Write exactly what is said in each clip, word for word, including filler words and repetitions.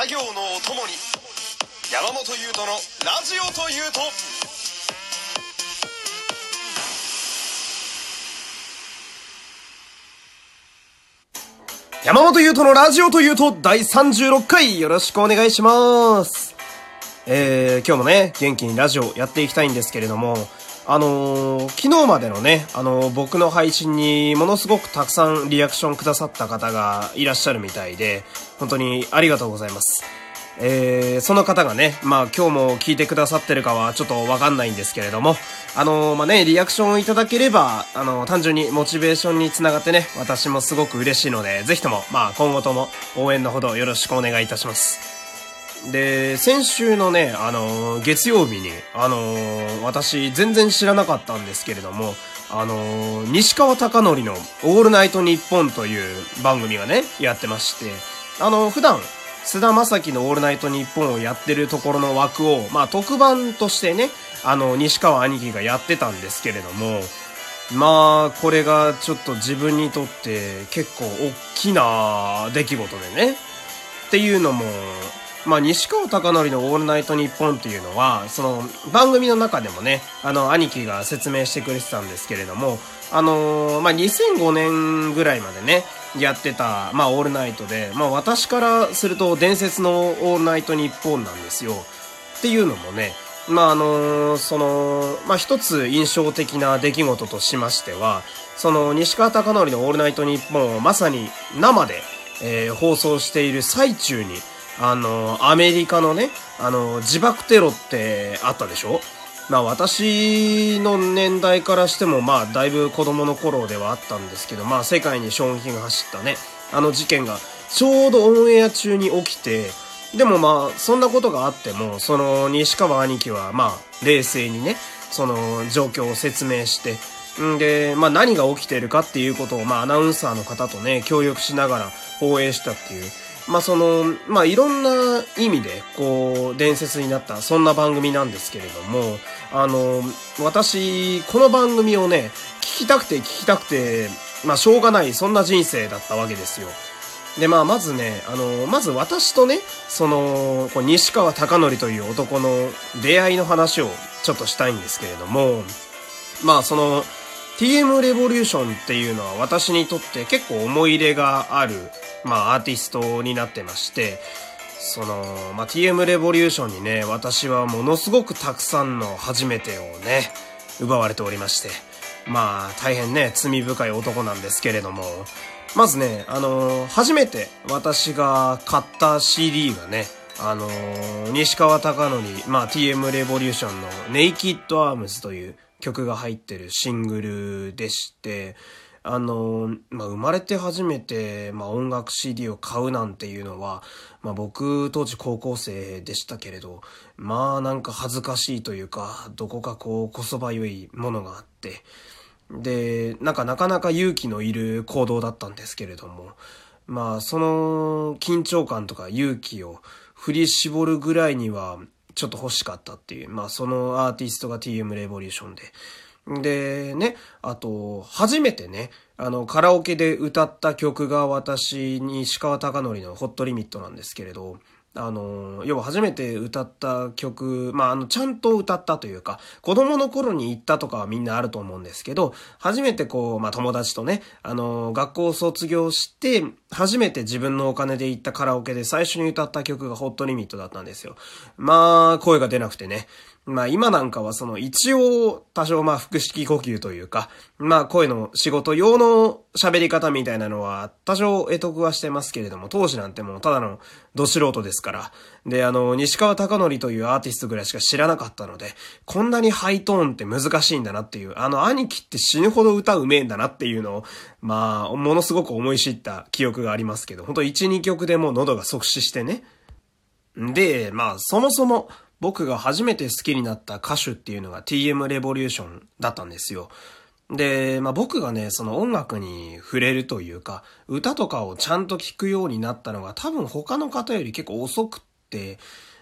作業のお供に山本優斗のラジオというと。山本優斗のラジオというとだいさんじゅうろっかい、よろしくお願いします。えー、今日もね元気にラジオやっていきたいんですけれども、あのー、昨日までのね、あのー、僕の配信にものすごくたくさんリアクションくださった方がいらっしゃるみたいで、本当にありがとうございます。えー、その方がね、まあ今日も聞いてくださってるかはちょっとわかんないんですけれども、あのー、まあね、リアクションいただければ、あのー、単純にモチベーションにつながってね、私もすごく嬉しいので、ぜひとも、まあ今後とも応援のほどよろしくお願いいたします。で、先週のね、あのー、月曜日に、あのー、私全然知らなかったんですけれども、あのー、西川貴教のオールナイトニッポンという番組がね、やってまして、あのー、普段、菅田将暉のオールナイトニッポンをやってるところの枠を、まあ特番としてね、あの、西川兄貴がやってたんですけれども、まあ、これがちょっと自分にとって結構大きな出来事でね。っていうのも、まあ、西川貴教のオールナイトニッポンっていうのは、その番組の中でもね、あの、兄貴が説明してくれてたんですけれども、あのー、まあ、にせんごねんぐらいまでね、やってた、まあ、オールナイトで、まあ、私からすると伝説のオールナイトニッポンなんですよ。っていうのもね、まあ、あのー、その、まあ、一つ印象的な出来事としましては、その、西川貴教のオールナイトニッポンをまさに生で、えー、放送している最中に、あの、アメリカのね、あの、自爆テロってあったでしょ？まあ私の年代からしてもまあだいぶ子供の頃ではあったんですけど、まあ世界に衝撃が走ったね、あの事件がちょうどオンエア中に起きて、でもまあそんなことがあっても、その西川兄貴はまあ冷静にね、その状況を説明して、んで、まあ何が起きてるかっていうことをまあアナウンサーの方とね、協力しながら放映したっていう、まあその、まあいろんな意味で、こう、伝説になった、そんな番組なんですけれども、あの、私、この番組をね、聞きたくて聞きたくて、まあしょうがない、そんな人生だったわけですよ。で、まあまずね、あの、まず私とね、その、こう西川貴教という男の出会いの話をちょっとしたいんですけれども、まあその、ティーエム レボリューションっていうのは私にとって結構思い入れがある、まあアーティストになってまして、その、まあ ティーエム レボリューションにね、私はものすごくたくさんの初めてをね、奪われておりまして、まあ大変ね、罪深い男なんですけれども、まずね、あの、初めて私が買った シーディー がね、あの、西川貴教、まあ ティーエム レボリューションのネイキッドアームズという曲が入ってるシングルでして、あの、まあ、生まれて初めて、まあ、音楽 シーディー を買うなんていうのは、まあ、僕当時高校生でしたけれど、まあ、なんか恥ずかしいというか、どこかこう、こそばゆいものがあって、で、なんかなかなか勇気のいる行動だったんですけれども、まあ、その緊張感とか勇気を振り絞るぐらいには、ちょっと欲しかったっていう、まあそのアーティストが ティーエム レボリューションで。で、ね、あと、初めてね、あの、カラオケで歌った曲が私、西川貴教のホットリミットなんですけれど、あの、要は初めて歌った曲、まあ、あの、ちゃんと歌ったというか、子供の頃に行ったとかはみんなあると思うんですけど、初めてこう、まあ、友達とね、あの、学校を卒業して、初めて自分のお金で行ったカラオケで最初に歌った曲がホットリミットだったんですよ。まあ、声が出なくてね。まあ今なんかはその一応多少まあ腹式呼吸というか、まあ声の仕事用の喋り方みたいなのは多少得得はしてますけれども、当時なんてもうただのど素人ですから。で、あの、西川貴教というアーティストぐらいしか知らなかったので、こんなにハイトーンって難しいんだなっていう、あの兄貴って死ぬほど歌うめえんだなっていうのを、まあ、ものすごく思い知った記憶がありますけど、ほんといち、にきょくでもう喉が即死してね。で、まあそもそも、僕が初めて好きになった歌手っていうのが ティーエム レボリューションだったんですよ。で、まあ僕がね、その音楽に触れるというか、歌とかをちゃんと聴くようになったのが多分他の方より結構遅くって、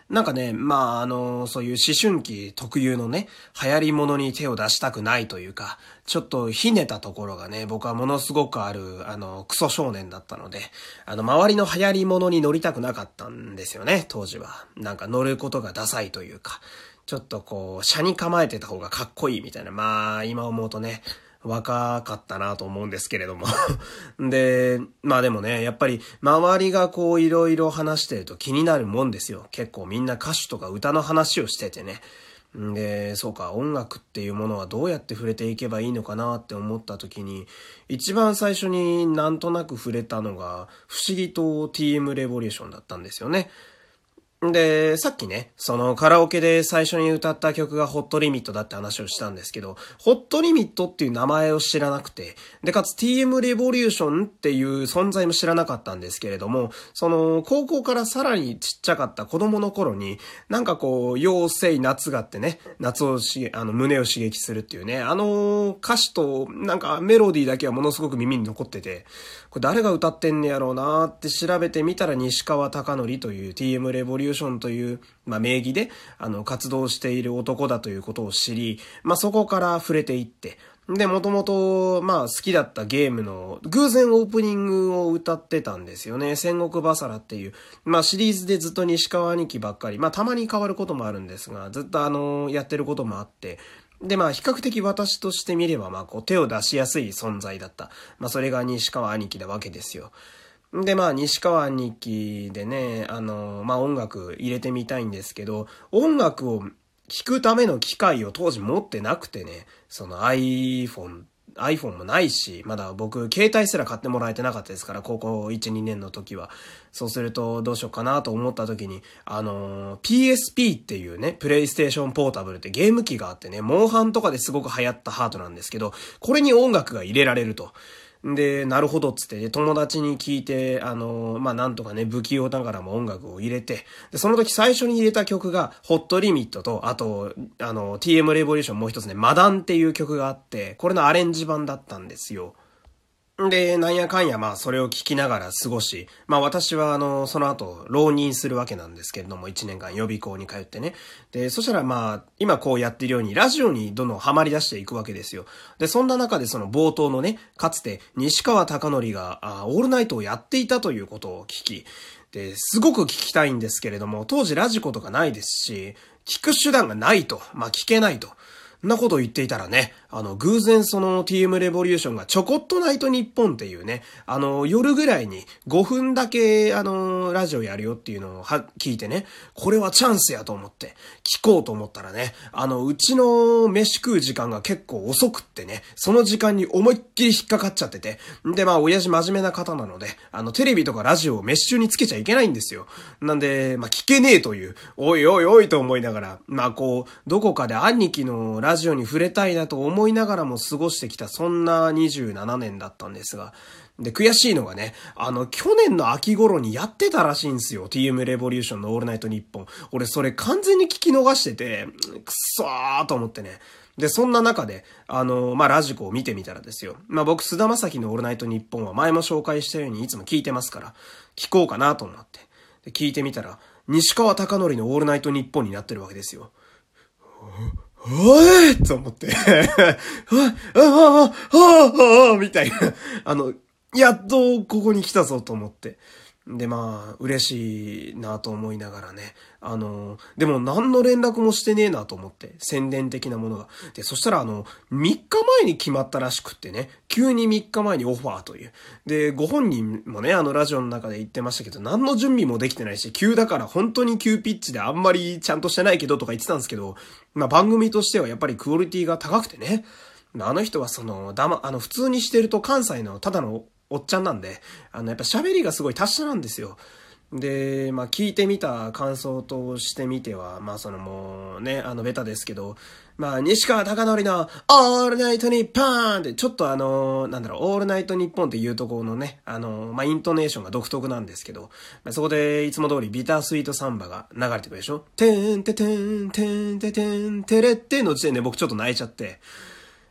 なんかね、まあ、あの、そういう思春期特有のね、流行り物に手を出したくないというか、ちょっとひねたところがね、僕はものすごくある、あの、クソ少年だったので、あの、周りの流行り物に乗りたくなかったんですよね、当時は。なんか乗ることがダサいというか、ちょっとこう、車に構えてた方がかっこいいみたいな、まあ、今思うとね、若かったなと思うんですけれどもで、まあでもね、やっぱり周りがこういろいろ話してると気になるもんですよ。結構みんな歌手とか歌の話をしててね。で、そうか、音楽っていうものはどうやって触れていけばいいのかなって思った時に、一番最初になんとなく触れたのが、不思議と ティーエム レボリューションだったんですよね。で、さっきね、そのカラオケで最初に歌った曲がホットリミットだって話をしたんですけど、ホットリミットっていう名前を知らなくて、で、かつ ティーエム レボリューションっていう存在も知らなかったんですけれども、その高校からさらにちっちゃかった子供の頃に、なんかこう、妖精夏がってね、夏をしげ、あの、胸を刺激するっていうね、あの歌詞となんかメロディーだけはものすごく耳に残ってて、これ誰が歌ってんねやろうなーって調べてみたら西川貴教という ティーエム レボリューションという、まあ、名義で、あの、活動している男だということを知り、まあ、そこから触れていって、で、もともと、まあ、好きだったゲームの、偶然オープニングを歌ってたんですよね。戦国バサラっていう、まあ、シリーズでずっと西川兄貴ばっかり、まあ、たまに変わることもあるんですが、ずっとあの、やってることもあって、で、まあ、比較的私としてみれば、まあ、こう、手を出しやすい存在だった。まあ、それが西川兄貴なわけですよ。で、まあ、西川兄貴でね、あの、まあ、音楽入れてみたいんですけど、音楽を聴くための機械を当時持ってなくてね、その iPhone、iPhone もないし、まだ僕、携帯すら買ってもらえてなかったですから、高校いち、にねんの時は。そうすると、どうしようかなと思った時に、あの、ピーエスピー っていうね、プレイステーションポータブルってゲーム機があってね、モンハンとかですごく流行ったハートなんですけど、これに音楽が入れられると。で、なるほどっつって、友達に聞いて、あの、まあ、なんとかね、不器用ながらも音楽を入れて、で、その時最初に入れた曲が、ホットリミットと、あと、あの、ティーエム レボリューションもう一つね、マダンっていう曲があって、これのアレンジ版だったんですよ。で、なんやかんや、まあ、それを聞きながら過ごし、まあ、私は、あの、その後、浪人するわけなんですけれども、一年間予備校に通ってね。で、そしたら、まあ、今こうやっているように、ラジオにどんどんハマり出していくわけですよ。で、そんな中で、その冒頭のね、かつて、西川貴教が、あオールナイトをやっていたということを聞き、で、すごく聞きたいんですけれども、当時ラジコとかないですし、聞く手段がないと、まあ、聞けないと。そんなことを言っていたらね、あの、偶然その ティーエム レボリューションがちょこっとナイトニッポンっていうね、あの、夜ぐらいにごふんだけ、あの、ラジオやるよっていうのをは聞いてね、これはチャンスやと思って、聞こうと思ったらね、あの、うちの飯食う時間が結構遅くってね、その時間に思いっきり引っかかっちゃってて、で、まあ、親父真面目な方なので、あの、テレビとかラジオを飯中につけちゃいけないんですよ。なんで、まあ、聞けねえという、おいおいおいと思いながら、まあ、こう、どこかで兄貴のラジオに触れたいなと思いながらも過ごしてきた、そんなにじゅうななねんだったんですが、で、悔しいのがね、あの、去年の秋頃にやってたらしいんですよ。ティーエム レボリューションのオールナイトニッポン。俺、それ完全に聞き逃してて、くっそーと思ってね。で、そんな中で、あの、まあ、ラジコを見てみたらですよ。まあ、僕、菅田将暉のオールナイトニッポンは前も紹介したようにいつも聞いてますから、聞こうかなと思って。で、聞いてみたら、西川貴教のオールナイトニッポンになってるわけですよ。おいと思って。あ、あ、あ、あ、あ、みたいな。あの、やっとここに来たぞと思って。で、まあ、嬉しいなと思いながらね。あの、でも何の連絡もしてねえなと思って。宣伝的なものが。で、そしたらあの、みっかまえに決まったらしくってね。急にみっかまえにオファーという。で、ご本人もね、あのラジオの中で言ってましたけど、何の準備もできてないし、急だから本当に急ピッチであんまりちゃんとしてないけどとか言ってたんですけど、まあ番組としてはやっぱりクオリティが高くてね。あの人はその、だま、あの、普通にしてると関西のただのおっちゃんなんで、あの、やっぱ喋りがすごい達者なんですよ。で、まあ、聞いてみた感想としてみては、まあ、そのもうね、あの、ベタですけど、まあ、西川貴教のオールナイトニッポンって、ちょっとあの、なんだろう、オールナイトニッポンっていうところのね、あの、まあ、イントネーションが独特なんですけど、まあ、そこでいつも通りビタースイートサンバが流れてくるでしょ。てんててんてんててんてれっての時点で僕ちょっと泣いちゃって、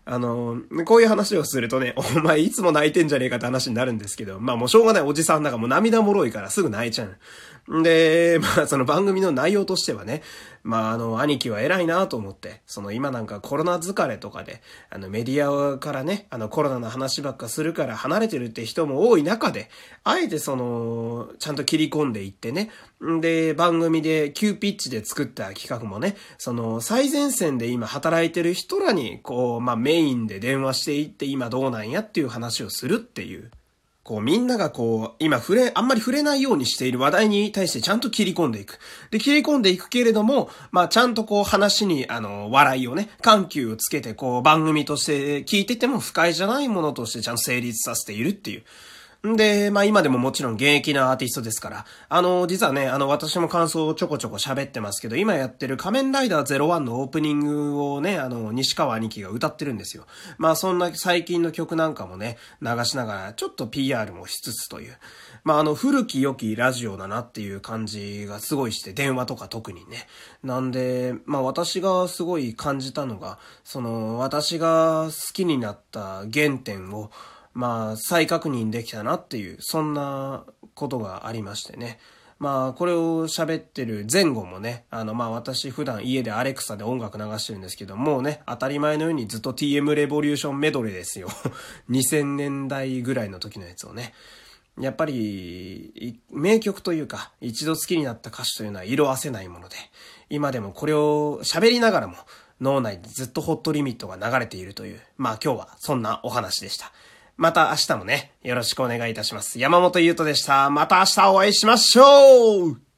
あの、こういう話をするとね、お前いつも泣いてんじゃねえかって話になるんですけど、まあもうしょうがないおじさんだからもう涙もろいからすぐ泣いちゃう。で、まあその番組の内容としてはね、まああの、兄貴は偉いなと思って、その今なんかコロナ疲れとかで、あのメディアからね、あのコロナの話ばっかするから離れてるって人も多い中で、あえてその、ちゃんと切り込んでいってね、で、番組で急ピッチで作った企画もね、その最前線で今働いてる人らに、こう、まあメインで電話していって今どうなんやっていう話をするっていう。こうみんながこう、今触れ、あんまり触れないようにしている話題に対してちゃんと切り込んでいく。で、切り込んでいくけれども、まあちゃんとこう話に、あの、笑いをね、緩急をつけてこう番組として聞いてても不快じゃないものとしてちゃんと成立させているっていう。で、まあ今でももちろん現役なアーティストですから、あの、実はね、あの私も感想をちょこちょこ喋ってますけど、今やってる仮面ライダーゼロワンのオープニングをね、あの、西川兄貴が歌ってるんですよ。まあそんな最近の曲なんかもね、流しながら、ちょっと ピーアール もしつつという、まああの、古き良きラジオだなっていう感じがすごいして、電話とか特にね。なんで、まあ私がすごい感じたのが、その、私が好きになった原点を、まあ、再確認できたなっていう、そんなことがありましてね。まあ、これを喋ってる前後もね、あの、まあ私普段家でアレクサで音楽流してるんですけど、もうね、当たり前のようにずっと ティーエム レボリューションメドレーですよ。にせんねんだいぐらいの時のやつをね。やっぱり、名曲というか、一度好きになった歌手というのは色褪せないもので、今でもこれを喋りながらも、脳内でずっとホットリミットが流れているという、まあ今日はそんなお話でした。また明日もね、よろしくお願いいたします。山本優斗でした。また明日お会いしましょう。